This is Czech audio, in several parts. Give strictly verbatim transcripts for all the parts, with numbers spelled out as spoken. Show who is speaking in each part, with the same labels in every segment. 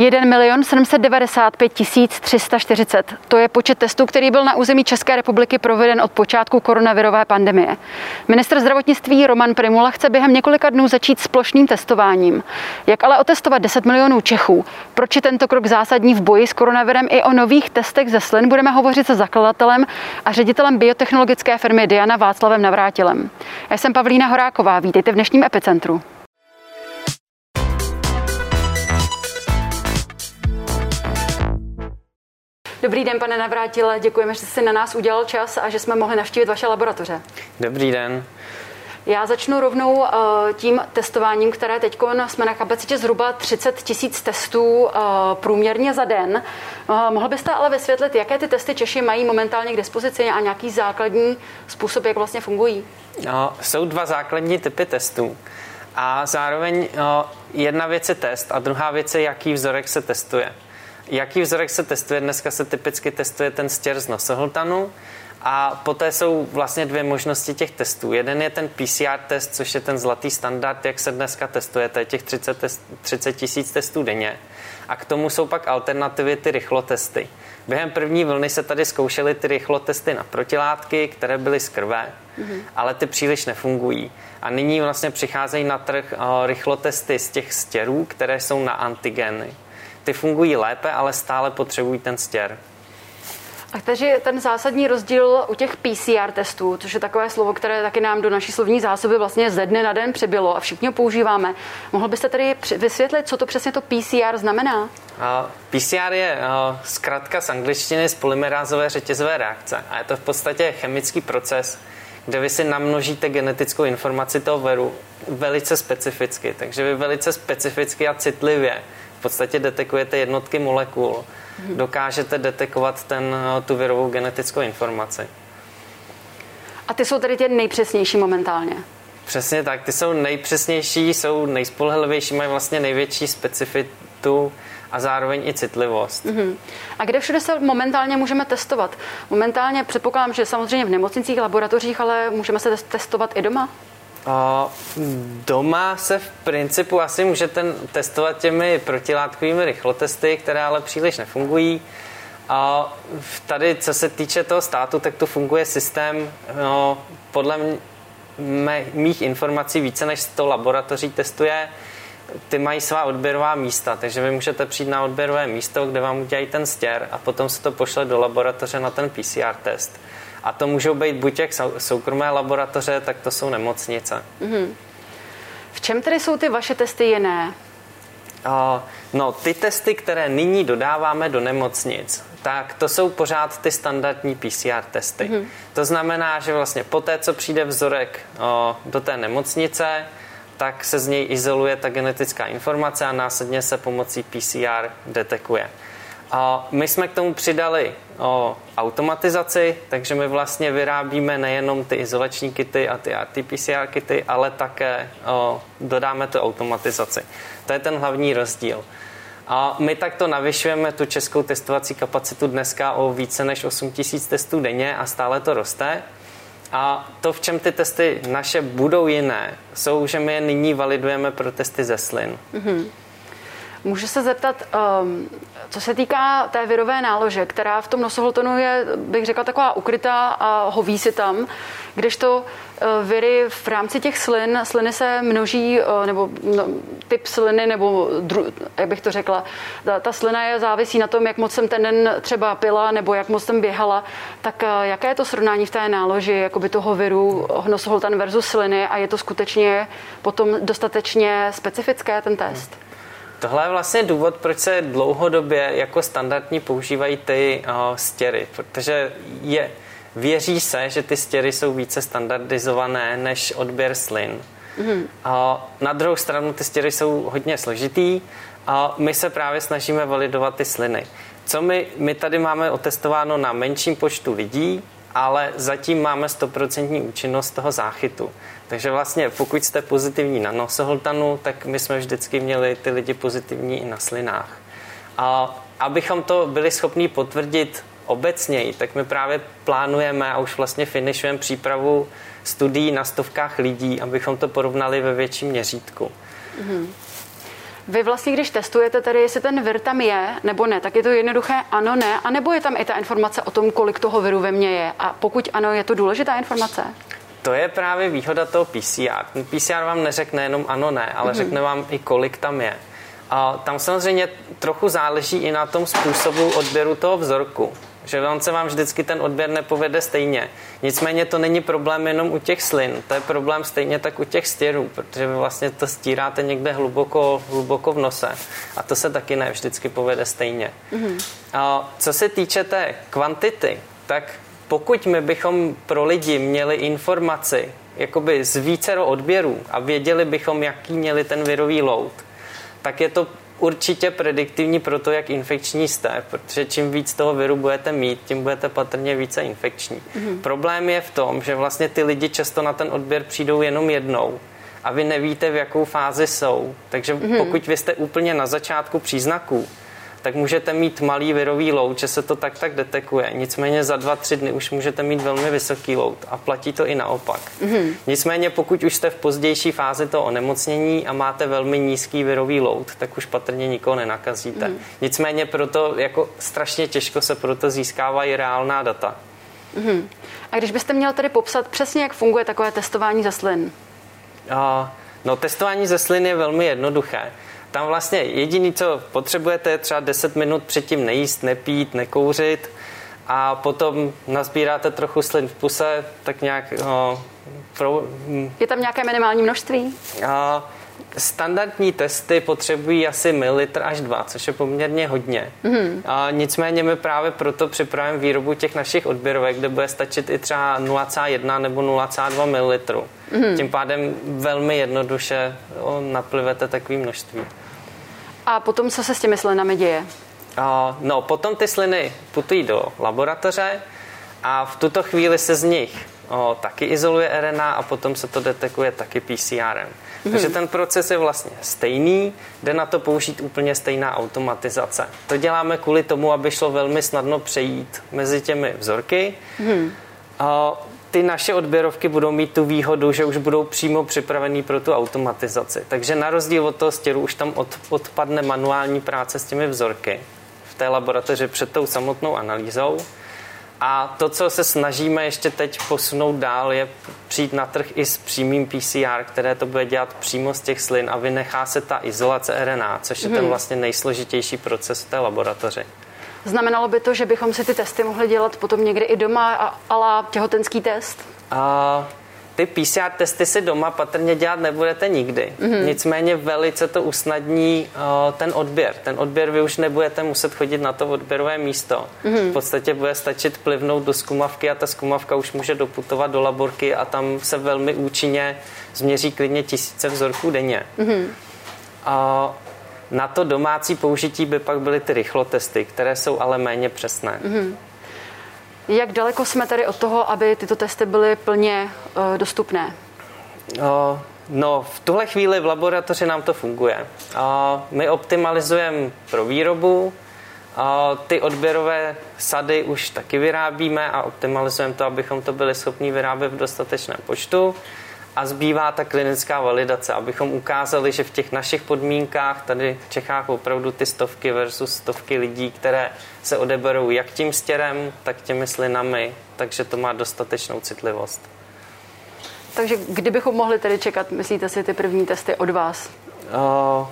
Speaker 1: jeden milion sedm set devadesát pět tisíc tři sta čtyřicet. To je počet testů, který byl na území České republiky proveden od počátku koronavirové pandemie. Ministr zdravotnictví Roman Prymula chce během několika dnů začít s plošným testováním. Jak ale otestovat deset milionů Čechů? Proč je tento krok zásadní v boji s koronavirem? I o nových testech ze slin budeme hovořit se zakladatelem a ředitelem biotechnologické firmy Diana Václavem Navrátilem. Já jsem Pavlína Horáková, vítejte v dnešním Epicentru. Dobrý den, pane Navrátile, děkujeme, že jste si na nás udělal čas a že jsme mohli navštívit vaše laboratoře.
Speaker 2: Dobrý den.
Speaker 1: Já začnu rovnou uh, tím testováním, které teď jsme na kapacitě zhruba třicet tisíc testů uh, průměrně za den. Uh, mohl byste ale vysvětlit, jaké ty testy Češi mají momentálně k dispozici a nějaký základní způsob, jak vlastně fungují?
Speaker 2: No, jsou dva základní typy testů. A zároveň no, jedna věc je test a druhá věc je, jaký vzorek se testuje. Jaký vzorek se testuje? Dneska se typicky testuje ten stěr z nosohltanu a poté jsou vlastně dvě možnosti těch testů. Jeden je ten P C R test, což je ten zlatý standard, jak se dneska testuje, to je těch třicet tisíc testů denně. A k tomu jsou pak alternativy, ty rychlotesty. Během první vlny se tady zkoušely ty rychlotesty na protilátky, které byly z krve, mm-hmm. ale ty příliš nefungují. A nyní vlastně přicházejí na trh o, rychlotesty z těch stěrů, které jsou na antigeny. Ty fungují lépe, ale stále potřebují ten stěr.
Speaker 1: A takže ten zásadní rozdíl u těch P C R testů, což je takové slovo, které taky nám do naší slovní zásoby vlastně ze dne na den přibylo a všichni ho používáme. Mohl byste tady vysvětlit, co to přesně to P C R znamená?
Speaker 2: P C R je zkratka z angličtiny z polymerázové řetězové reakce a je to v podstatě chemický proces, kde vy si namnožíte genetickou informaci toho viru velice specificky. Takže vy velice specificky a citlivě v podstatě detekujete jednotky molekul. Hmm. Dokážete detekovat ten, tu virovou genetickou informaci.
Speaker 1: A ty jsou tedy ty nejpřesnější momentálně?
Speaker 2: Přesně tak. Ty jsou nejpřesnější, jsou nejspolehlivější, mají vlastně největší specifitu a zároveň i citlivost. Mm-hmm.
Speaker 1: A kde všude se momentálně můžeme testovat? Momentálně předpokládám, že samozřejmě v nemocnicích, laboratořích, ale můžeme se testovat i doma?
Speaker 2: O, doma se v principu asi můžete testovat těmi protilátkovými rychlotesty, které ale příliš nefungují. A tady, co se týče toho státu, tak to funguje systém, no, podle mé, mých informací více než sto laboratoří testuje. Ty mají svá odběrová místa, takže vy můžete přijít na odběrové místo, kde vám udělají ten stěr a potom se to pošle do laboratoře na ten P C R test. A to můžou být buď jak soukromé laboratoře, tak to jsou nemocnice. Mm-hmm.
Speaker 1: V čem tedy jsou ty vaše testy jiné?
Speaker 2: Uh, no, ty testy, které nyní dodáváme do nemocnic, tak to jsou pořád ty standardní P C R testy. Mm-hmm. To znamená, že vlastně poté, co přijde vzorek uh, do té nemocnice, tak se z něj izoluje ta genetická informace a následně se pomocí P C R detekuje. A my jsme k tomu přidali o, automatizaci, takže my vlastně vyrábíme nejenom ty izolační kity a ty R T P C R kity, ale také o, dodáme tu automatizaci. To je ten hlavní rozdíl. A my takto navyšujeme tu českou testovací kapacitu dneska o více než osm tisíc testů denně a stále to roste. A to, v čem ty testy naše budou jiné, jsou, že my je nyní validujeme pro testy ze slin. Mm-hmm.
Speaker 1: Můžu se zeptat, um, co se týká té virové nálože, která v tom nosohltanu je, bych řekla, taková ukrytá a hoví si tam, kdežto uh, viry v rámci těch slin, sliny se množí, uh, nebo no, typ sliny, nebo dru, jak bych to řekla, ta, ta slina je závisí na tom, jak moc jsem ten den třeba pila, nebo jak moc jsem běhala, tak uh, jaké je to srovnání v té náloži jakoby toho viru nosohltan versus sliny a je to skutečně potom dostatečně specifické, ten test? Hmm.
Speaker 2: Tohle je vlastně důvod, proč se dlouhodobě jako standardní používají ty uh, stěry, protože je, věří se, že ty stěry jsou více standardizované než odběr slin. Mm-hmm. Uh, na druhou stranu ty stěry jsou hodně složitý a my se právě snažíme validovat ty sliny. Co my, my tady máme otestováno na menším počtu lidí, ale zatím máme sto procent účinnost toho záchytu. Takže vlastně pokud jste pozitivní na nosohltanu, tak my jsme vždycky měli ty lidi pozitivní i na slinách. A abychom to byli schopni potvrdit obecněji, tak my právě plánujeme a už vlastně finišujeme přípravu studií na stovkách lidí, abychom to porovnali ve větším měřítku.
Speaker 1: Mm-hmm. Vy vlastně, když testujete tedy, jestli ten vir tam je nebo ne, tak je to jednoduché ano, ne, anebo je tam i ta informace o tom, kolik toho viru ve mně je. A pokud ano, je to důležitá informace?
Speaker 2: To je právě výhoda toho P C R. Ten P C R vám neřekne jenom ano, ne, ale mm-hmm. řekne vám i kolik tam je. A tam samozřejmě trochu záleží i na tom způsobu odběru toho vzorku. Že on se vám vždycky ten odběr nepovede stejně. Nicméně to není problém jenom u těch slin, to je problém stejně tak u těch stěrů, protože vy vlastně to stíráte někde hluboko, hluboko v nose a to se taky ne vždycky povede stejně. Mm-hmm. A co se týče té kvantity, tak pokud my bychom pro lidi měli informaci jakoby z vícero odběrů a věděli bychom, jaký měli ten virový load, tak je to určitě prediktivní pro to, jak infekční jste, protože čím víc toho viru budete mít, tím budete patrně více infekční. Mm-hmm. Problém je v tom, že vlastně ty lidi často na ten odběr přijdou jenom jednou a vy nevíte, v jakou fázi jsou. Takže mm-hmm. pokud vy jste úplně na začátku příznaků, tak můžete mít malý virový load, že se to tak tak detekuje. Nicméně za dva, tři dny už můžete mít velmi vysoký load a platí to i naopak. Mm-hmm. Nicméně pokud už jste v pozdější fázi toho onemocnění a máte velmi nízký virový load, tak už patrně nikoho nenakazíte. Mm-hmm. Nicméně proto jako strašně těžko se proto získávají reálná data.
Speaker 1: Mm-hmm. A když byste měl tedy popsat přesně, jak funguje takové testování ze slin?
Speaker 2: Uh, no testování ze slin je velmi jednoduché. Tam vlastně jediný, co potřebujete, je třeba deset minut předtím nejíst, nepít, nekouřit a potom nazbíráte trochu slin v puse, tak nějak... Uh, pro,
Speaker 1: je tam nějaké minimální množství?
Speaker 2: Uh, standardní testy potřebují asi mililitr až dva, což je poměrně hodně. Mm. A nicméně my právě proto připravujeme výrobu těch našich odběrovek, kde bude stačit i třeba nula celá jedna nebo nula celá dva mililitru. Mm. Tím pádem velmi jednoduše naplivete takové množství.
Speaker 1: A potom, co se s těmi slinami děje?
Speaker 2: A, no, potom ty sliny putují do laboratoře a v tuto chvíli se z nich o, taky izoluje R N A a potom se to detekuje taky P C R em. Mm. Takže ten proces je vlastně stejný, jde na to použít úplně stejná automatizace. To děláme kvůli tomu, aby šlo velmi snadno přejít mezi těmi vzorky. Mm. A ty naše odběrovky budou mít tu výhodu, že už budou přímo připravený pro tu automatizaci. Takže na rozdíl od toho stěru už tam od, odpadne manuální práce s těmi vzorky v té laboratoři před tou samotnou analýzou. A to, co se snažíme ještě teď posunout dál, je přijít na trh i s přímým P C R, které to bude dělat přímo z těch slin a vynechá se ta izolace R N A, což je hmm. ten vlastně nejsložitější proces v té laboratoři.
Speaker 1: Znamenalo by to, že bychom si ty testy mohli dělat potom někdy i doma a ala těhotenský test?
Speaker 2: A ty P C R testy si doma patrně dělat nebudete nikdy. Mm-hmm. Nicméně velice to usnadní uh, ten odběr. Ten odběr vy už nebudete muset chodit na to odběrové místo. Mm-hmm. V podstatě bude stačit plivnout do zkumavky a ta zkumavka už může doputovat do laborky a tam se velmi účinně změří klidně tisíce vzorků denně. Mm-hmm. Uh, Na to domácí použití by pak byly ty rychlotesty, které jsou ale méně přesné. Mm-hmm.
Speaker 1: Jak daleko jsme tady od toho, aby tyto testy byly plně uh, dostupné?
Speaker 2: Uh, no, v tuhle chvíli v laboratoři nám to funguje. Uh, my optimalizujeme pro výrobu, uh, ty odběrové sady už taky vyrábíme a optimalizujeme to, abychom to byli schopni vyrábět v dostatečném počtu. A zbývá ta klinická validace, abychom ukázali, že v těch našich podmínkách tady v Čechách opravdu ty stovky versus stovky lidí, které se odeberou jak tím stěrem, tak těmi slinami, takže to má dostatečnou citlivost.
Speaker 1: Takže kdybychom mohli tedy čekat, myslíte si, ty první testy od vás?
Speaker 2: Uh,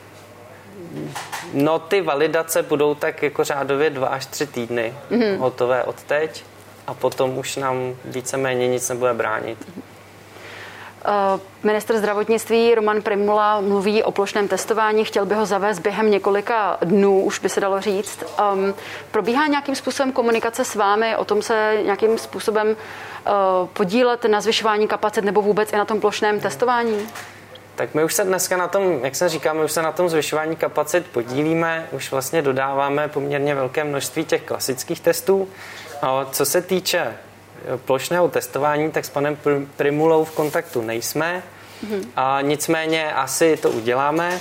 Speaker 2: no ty validace budou tak jako řádově dva až tři týdny mm-hmm. hotové od teď a potom už nám víceméně nic nebude bránit. Mm-hmm.
Speaker 1: Ministr zdravotnictví Roman Prymula mluví o plošném testování, chtěl by ho zavést během několika dnů, už by se dalo říct. Um, probíhá nějakým způsobem komunikace s vámi, o tom se nějakým způsobem uh, podílet na zvyšování kapacit nebo vůbec i na tom plošném testování?
Speaker 2: Tak my už se dneska na tom, jak jsem říkal, my už se na tom zvyšování kapacit podílíme, už vlastně dodáváme poměrně velké množství těch klasických testů. A co se týče plošného testování, tak s panem Prymulou v kontaktu nejsme. Mm-hmm. A nicméně asi to uděláme.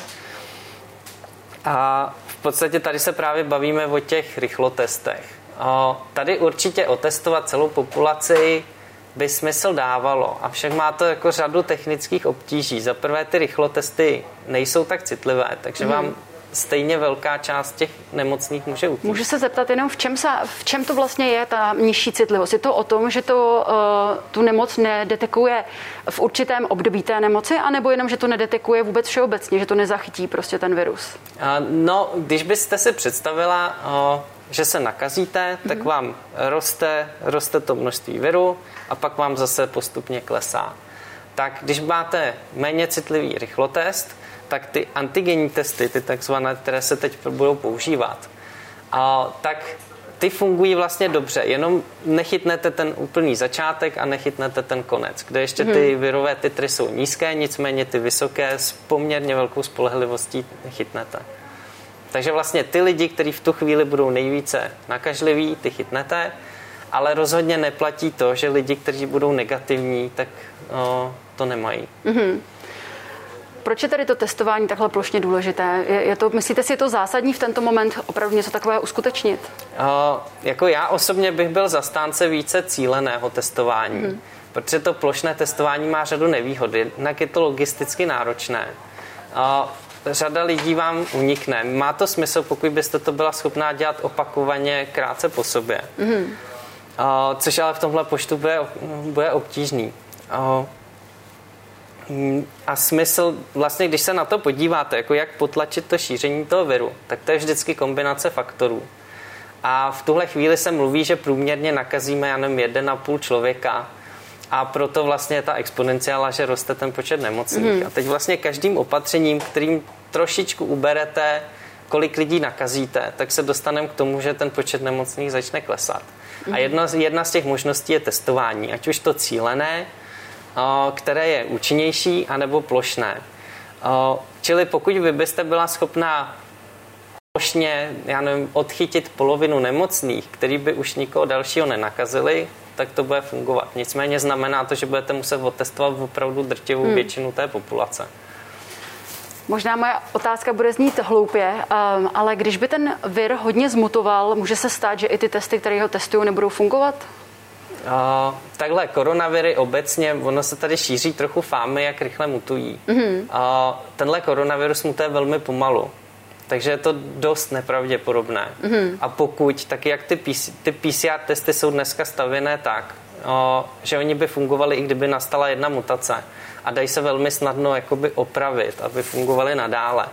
Speaker 2: A v podstatě tady se právě bavíme o těch rychlotestech. A tady určitě otestovat celou populaci by smysl dávalo, avšak má to jako řadu technických obtíží. Za prvé ty rychlotesty nejsou tak citlivé, takže mm. vám stejně velká část těch nemocných může utíct.
Speaker 1: Můžu se zeptat jenom, v čem, se, v čem to vlastně je ta nižší citlivost? Je to o tom, že to uh, tu nemoc nedetekuje v určitém období té nemoci, anebo jenom, že to nedetekuje vůbec všeobecně, že to nezachytí prostě ten virus?
Speaker 2: Uh, no, když byste si představila, uh, že se nakazíte, mm-hmm. tak vám roste, roste to množství viru a pak vám zase postupně klesá. Tak když máte méně citlivý rychlotest, tak ty antigenní testy, ty takzvané, které se teď budou používat, a, tak ty fungují vlastně dobře, jenom nechytnete ten úplný začátek a nechytnete ten konec, kde ještě ty virové titry jsou nízké, nicméně ty vysoké s poměrně velkou spolehlivostí chytnete. Takže vlastně ty lidi, kteří v tu chvíli budou nejvíce nakažliví, ty chytnete, ale rozhodně neplatí to, že lidi, kteří budou negativní, tak o, to nemají.
Speaker 1: Mm-hmm. Proč je tady to testování takhle plošně důležité? Je, je to, myslíte si, je to zásadní v tento moment opravdu něco takového uskutečnit?
Speaker 2: Uh, jako já osobně bych byl zastánce více cíleného testování, hmm. protože to plošné testování má řadu nevýhod. Jednak je to logisticky náročné. Uh, řada lidí vám unikne. Má to smysl, pokud byste to byla schopná dělat opakovaně krátce po sobě. Hmm. Uh, což ale v tomhle počtu bude, bude obtížný. Uh, A smysl, vlastně když se na to podíváte, jako jak potlačit to šíření toho viru, tak to je vždycky kombinace faktorů. A v tuhle chvíli se mluví, že průměrně nakazíme, já nevím, jeden a půl člověka a proto vlastně je ta exponenciála, že roste ten počet nemocných. Mm. A teď vlastně každým opatřením, kterým trošičku uberete, kolik lidí nakazíte, tak se dostaneme k tomu, že ten počet nemocných začne klesat. Mm. A jedna, jedna z těch možností je testování, ať už to cílené, které je účinnější, anebo plošné. Čili pokud vy byste byla schopná plošně, já nevím, odchytit polovinu nemocných, který by už nikoho dalšího nenakazili, tak to bude fungovat. Nicméně znamená to, že budete muset otestovat opravdu drtivou hmm. většinu té populace.
Speaker 1: Možná moje otázka bude znít hloupě, ale když by ten vir hodně zmutoval, může se stát, že i ty testy, které ho testují, nebudou fungovat?
Speaker 2: Uh, takhle koronaviry obecně, ono se tady šíří trochu fámy, jak rychle mutují. Mm-hmm. Uh, tenhle koronavirus mutuje velmi pomalu, takže je to dost nepravděpodobné. Mm-hmm. A pokud, tak jak ty, P C, ty P C R testy jsou dneska stavěné tak, uh, že oni by fungovali, i kdyby nastala jedna mutace a dají se velmi snadno jakoby opravit, aby fungovaly nadále.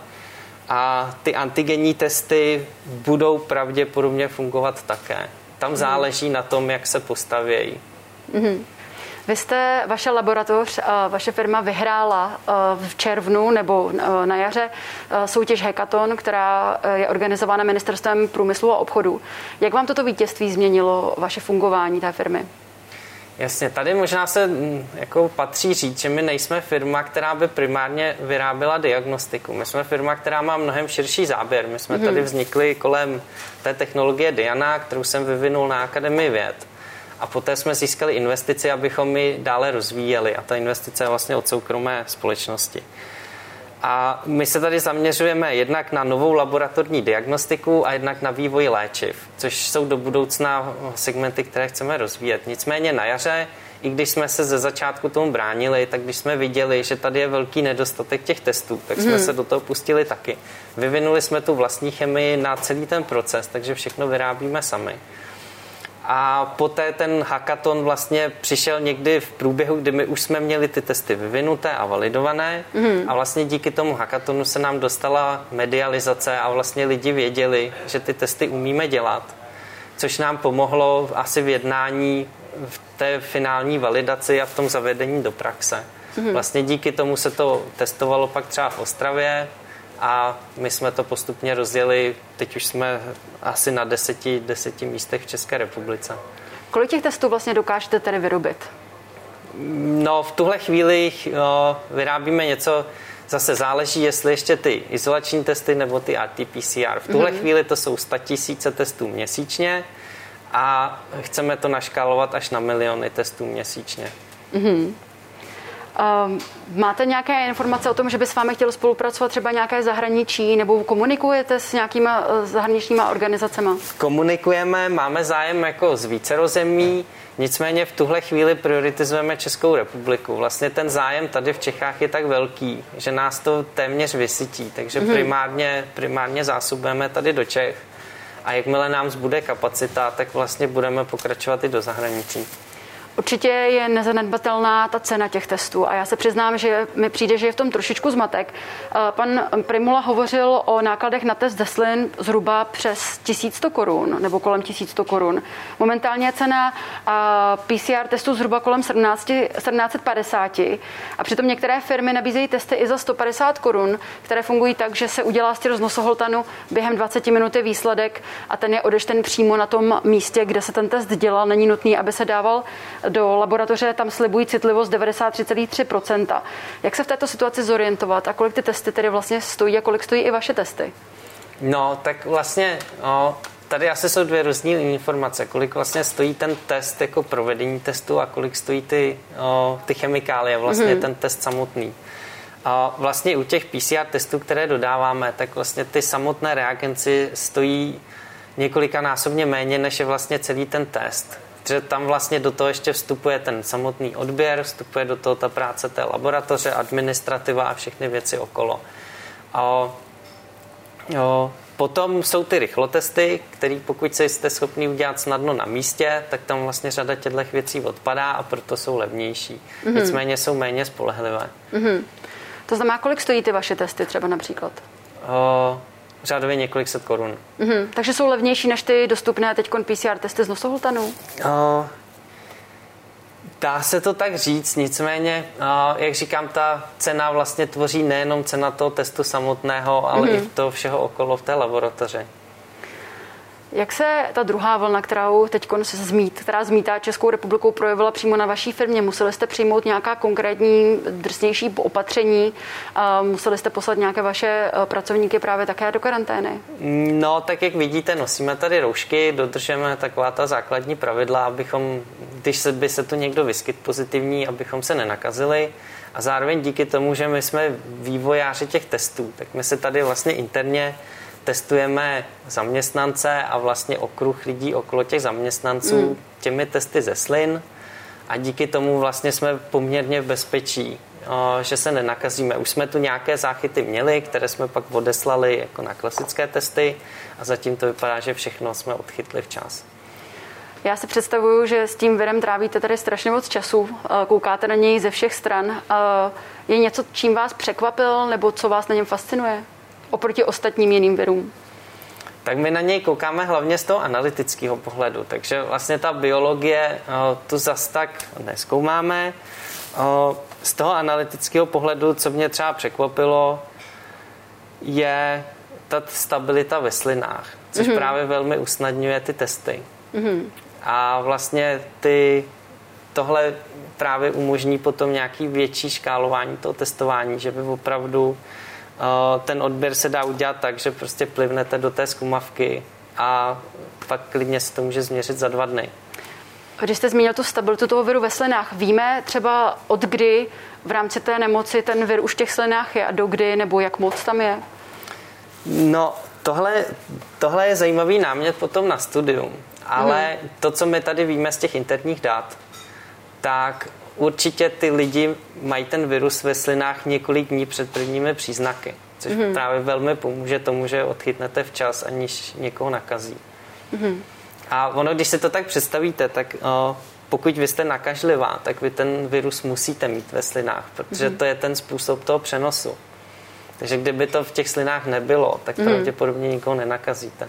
Speaker 2: A ty antigenní testy budou pravděpodobně fungovat také. Tam záleží na tom, jak se postavějí. Mm-hmm.
Speaker 1: Vy jste, vaše laboratoř, vaše firma vyhrála v červnu nebo na jaře soutěž Hackathon, která je organizována Ministerstvem průmyslu a obchodu. Jak vám toto vítězství změnilo vaše fungování té firmy?
Speaker 2: Jasně, tady možná se jako patří říct, že my nejsme firma, která by primárně vyráběla diagnostiku. My jsme firma, která má mnohem širší záběr. My jsme mm-hmm. tady vznikli kolem té technologie Diana, kterou jsem vyvinul na Akademii věd. A poté jsme získali investici, abychom ji dále rozvíjeli. A ta investice je vlastně od soukromé společnosti. A my se tady zaměřujeme jednak na novou laboratorní diagnostiku a jednak na vývoj léčiv, což jsou do budoucna segmenty, které chceme rozvíjet. Nicméně na jaře, i když jsme se ze začátku tomu bránili, tak když jsme viděli, že tady je velký nedostatek těch testů, tak jsme hmm. se do toho pustili taky. Vyvinuli jsme tu vlastní chemii na celý ten proces, takže všechno vyrábíme sami. A poté ten hackathon vlastně přišel někdy v průběhu, kdy my už jsme měli ty testy vyvinuté a validované mm. a vlastně díky tomu hackathonu se nám dostala medializace a vlastně lidi věděli, že ty testy umíme dělat, což nám pomohlo asi v jednání v té finální validaci a v tom zavedení do praxe. Mm. Vlastně díky tomu se to testovalo pak třeba v Ostravě a my jsme to postupně rozjeli, teď už jsme asi na deseti, deseti místech v České republice.
Speaker 1: Kolik těch testů vlastně dokážete tedy vyrobit?
Speaker 2: No, v tuhle chvíli no, vyrábíme něco, zase záleží, jestli ještě ty izolační testy nebo ty R T P C R. V tuhle mm-hmm. chvíli to jsou sta tisíce testů měsíčně a chceme to naškálovat až na miliony testů měsíčně.
Speaker 1: Mm-hmm. Máte nějaké informace o tom, že by s vámi chtělo spolupracovat třeba nějaké zahraničí, nebo komunikujete s nějakýma zahraničníma organizacemi?
Speaker 2: Komunikujeme, máme zájem jako z vícero zemí, nicméně v tuhle chvíli prioritizujeme Českou republiku. Vlastně ten zájem tady v Čechách je tak velký, že nás to téměř vysytí, takže mm-hmm. primárně, primárně zásobujeme tady do Čech. A jakmile nám zbude kapacita, tak vlastně budeme pokračovat i do zahraničí.
Speaker 1: Určitě je nezanedbatelná ta cena těch testů a já se přiznám, že mi přijde, že je v tom trošičku zmatek. Pan Prymula hovořil o nákladech na test ze slin zhruba přes tisíc sto korun nebo kolem tisíc sto korun. Momentálně je cena P C R testu zhruba kolem sedmnáct set padesát a přitom některé firmy nabízejí testy i za sto padesát korun, které fungují tak, že se udělá z nosoholtanu během dvacet minut výsledek a ten je odečten přímo na tom místě, kde se ten test dělal. Není nutný, aby se dával do laboratoře, tam slibují citlivost devadesát tři celá tři procenta. Jak se v této situaci zorientovat a kolik ty testy tedy vlastně stojí a kolik stojí i vaše testy?
Speaker 2: No, tak vlastně o, tady asi jsou dvě různé informace. Kolik vlastně stojí ten test jako provedení testu a kolik stojí ty, o, ty chemikálie, vlastně mm-hmm. ten test samotný. A vlastně u těch P C R testů, které dodáváme, tak vlastně ty samotné reagenci stojí několikanásobně méně, než je vlastně celý ten test. Že tam vlastně do toho ještě vstupuje ten samotný odběr, vstupuje do toho ta práce té laboratoře, administrativa a všechny věci okolo. A jo, potom jsou ty rychlotesty, které pokud se jste schopni udělat snadno na místě, tak tam vlastně řada těchto věcí odpadá a proto jsou levnější. Mm-hmm. Nicméně jsou méně spolehlivé.
Speaker 1: Mm-hmm. To znamená, kolik stojí ty vaše testy třeba například?
Speaker 2: O, řádově několik set korun.
Speaker 1: Mm-hmm. Takže jsou levnější než ty dostupné teď P C R testy z nosoholtanu?
Speaker 2: O, dá se to tak říct, nicméně, o, jak říkám, ta cena vlastně tvoří nejenom cena toho testu samotného, ale mm-hmm. i toho všeho okolo v té laboratoři.
Speaker 1: Jak se ta druhá vlna, kterou teď zmít, která zmítá Českou republikou, projevila přímo na vaší firmě? Museli jste přijmout nějaká konkrétní drsnější opatření? Museli jste poslat nějaké vaše pracovníky právě také do karantény?
Speaker 2: No, tak jak vidíte, nosíme tady roušky, dodržujeme taková ta základní pravidla, abychom, když se, by se tu někdo vyskyt pozitivní, abychom se nenakazili. A zároveň díky tomu, že my jsme vývojáři těch testů, tak my se tady vlastně interně testujeme zaměstnance a vlastně okruh lidí okolo těch zaměstnanců mm. těmi testy ze slin a díky tomu vlastně jsme poměrně v bezpečí, že se nenakazíme. Už jsme tu nějaké záchyty měli, které jsme pak odeslali jako na klasické testy a zatím to vypadá, že všechno jsme odchytli včas.
Speaker 1: Já si představuju, že s tím virem trávíte tady strašně moc času, koukáte na něj ze všech stran. Je něco, čím vás překvapil nebo co vás na něm fascinuje oproti ostatním jiným virům?
Speaker 2: Tak my na něj koukáme hlavně z toho analytického pohledu, takže vlastně ta biologie tu zas tak nezkoumáme. Z toho analytického pohledu, co mě třeba překvapilo, je ta stabilita ve slinách, což mm-hmm. právě velmi usnadňuje ty testy. Mm-hmm. A vlastně ty, tohle právě umožní potom nějaký větší škálování toho testování, že by opravdu ten odběr se dá udělat tak, že prostě plivnete do té zkumavky a pak klidně se to může změřit za dva dny.
Speaker 1: Když jste zmínil tu stabilitu toho viru ve slinách, víme třeba od kdy v rámci té nemoci ten vir už v těch slinách je a do kdy nebo jak moc tam je?
Speaker 2: No, tohle, tohle je zajímavý námět potom na studium, ale hmm. to, co my tady víme z těch interních dat, tak určitě ty lidi mají ten virus ve slinách několik dní před prvními příznaky, což mm. právě velmi pomůže tomu, že odchytnete včas, aniž někoho nakazí. Mm. A ono, když si to tak představíte, tak o, pokud vy jste nakažlivá, tak vy ten virus musíte mít ve slinách, protože mm. to je ten způsob toho přenosu. Takže kdyby to v těch slinách nebylo, tak pravděpodobně mm. nikoho nenakazíte.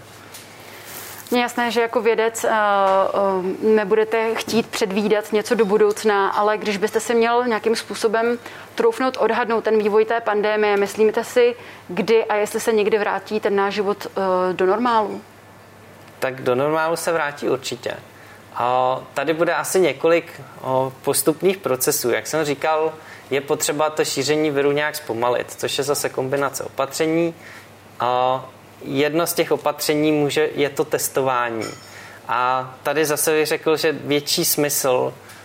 Speaker 1: Je jasné, že jako vědec uh, uh, nebudete chtít předvídat něco do budoucna, ale když byste si měl nějakým způsobem troufnout odhadnout ten vývoj té pandémie, myslíte si, kdy a jestli se někdy vrátí ten náš život uh, do normálu?
Speaker 2: Tak do normálu se vrátí určitě. A tady bude asi několik o, postupných procesů. Jak jsem říkal, je potřeba to šíření viru nějak zpomalit, což je zase kombinace opatření. A jedno z těch opatření může, je to testování. A tady zase bych řekl, že větší smysl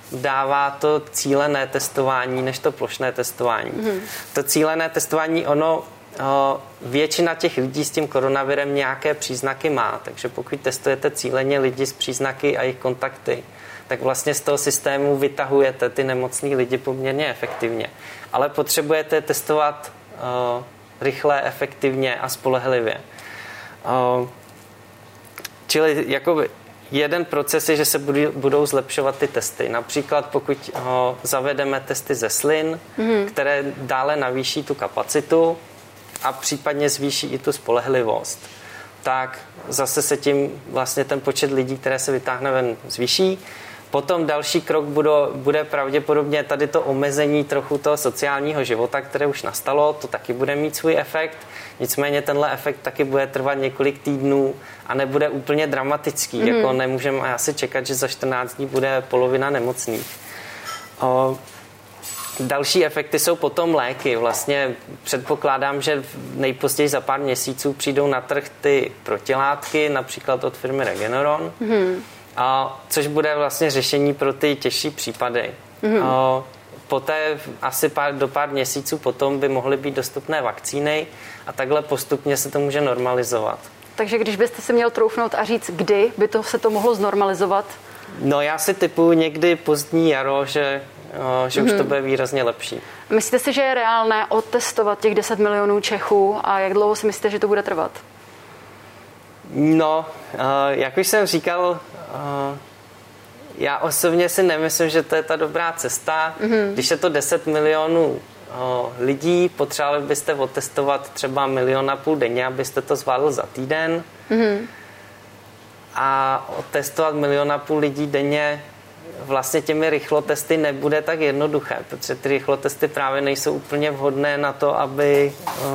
Speaker 2: dává to cílené testování než to plošné testování. Mm. To cílené testování, ono o, většina těch lidí s tím koronavirem nějaké příznaky má, takže pokud testujete cíleně lidi s příznaky a jejich kontakty, tak vlastně z toho systému vytahujete ty nemocný lidi poměrně efektivně. Ale potřebujete testovat o, rychle, efektivně a spolehlivě. O, čili jakoby jeden proces je, že se budou zlepšovat ty testy. Například pokud o, zavedeme testy ze slin, mm. které dále navýší tu kapacitu a případně zvýší i tu spolehlivost, tak zase se tím vlastně ten počet lidí, které se vytáhne ven, zvýší. Potom další krok bude, bude pravděpodobně tady to omezení trochu toho sociálního života, které už nastalo, to taky bude mít svůj efekt. Nicméně tenhle efekt taky bude trvat několik týdnů a nebude úplně dramatický. Mm. Jako nemůžeme asi čekat, že za čtrnáct dní bude polovina nemocných. O, další efekty jsou potom léky. Vlastně předpokládám, že nejpozději za pár měsíců přijdou na trh ty protilátky, například od firmy Regeneron. Mm. A což bude vlastně řešení pro ty těžší případy. Mm-hmm. A poté asi pár, do pár měsíců potom by mohly být dostupné vakcíny a takhle postupně se to může normalizovat.
Speaker 1: Takže když byste si měl troufnout a říct, kdy by to se to mohlo znormalizovat?
Speaker 2: No já si typuju někdy pozdní jaro, že, o, že mm-hmm. už to bude výrazně lepší.
Speaker 1: Myslíte si, že je reálné otestovat těch deset milionů Čechů a jak dlouho si myslíte, že to bude trvat?
Speaker 2: No, jak už jsem říkal, já osobně si nemyslím, že to je ta dobrá cesta. Mm-hmm. Když je to deset milionů lidí, potřebovali byste otestovat třeba milion a půl denně, abyste to zvládl za týden. Mm-hmm. A otestovat milion a půl lidí denně vlastně těmi rychlotesty nebude tak jednoduché, protože ty rychlotesty právě nejsou úplně vhodné na to, aby...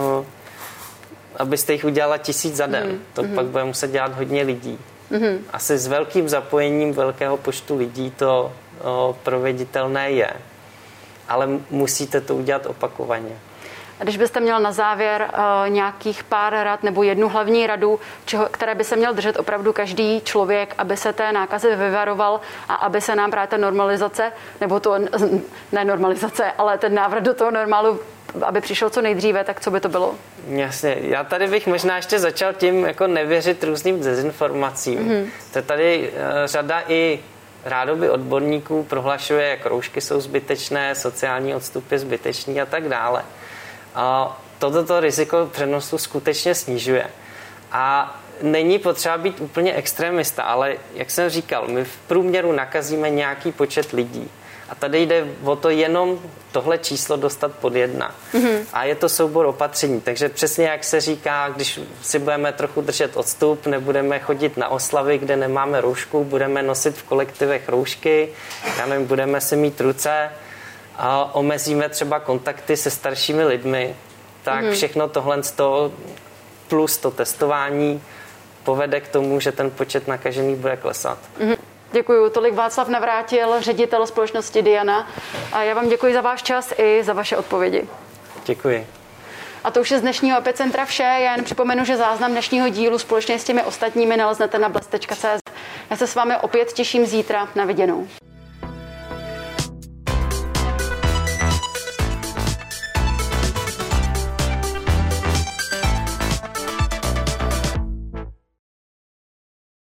Speaker 2: abyste jich udělala tisíc za den. Mm, to mm. pak bude muset dělat hodně lidí. Mm. Asi s velkým zapojením velkého počtu lidí to o, proveditelné je. Ale musíte to udělat opakovaně.
Speaker 1: A když byste měl na závěr uh, nějakých pár rad nebo jednu hlavní radu, čeho, které by se měl držet opravdu každý člověk, aby se té nákazy vyvaroval a aby se nám právě ta normalizace, nebo to ne normalizace, ale ten návrat do toho normálu, aby přišel co nejdříve, tak co by to bylo?
Speaker 2: Jasně, já tady bych možná ještě začal tím, jako nevěřit různým dezinformacím. Mm-hmm. To tady uh, řada i rádoby odborníků prohlašuje, jak roušky jsou zbytečné, sociální odstup je zbytečný a tak dále. A toto riziko přenosu skutečně snižuje. A není potřeba být úplně extremista, ale jak jsem říkal, my v průměru nakazíme nějaký počet lidí. A tady jde o to jenom tohle číslo dostat pod jedna. Mm-hmm. A je to soubor opatření. Takže přesně jak se říká, když si budeme trochu držet odstup, nebudeme chodit na oslavy, kde nemáme roušku, budeme nosit v kolektivech roušky, já nevím, budeme si mít ruce, a omezíme třeba kontakty se staršími lidmi, tak mm-hmm. všechno tohle z toho plus to testování povede k tomu, že ten počet nakažených bude klesat.
Speaker 1: Mm-hmm. Děkuju. Tolik Václav Navrátil, ředitel společnosti Diana. A já vám děkuji za váš čas i za vaše odpovědi.
Speaker 2: Děkuji.
Speaker 1: A to už je z dnešního Epicentra vše. Já jen připomenu, že záznam dnešního dílu společně s těmi ostatními naleznete na blesk tečka cé zet. Já se s vámi opět těším zítra. Na viděnou.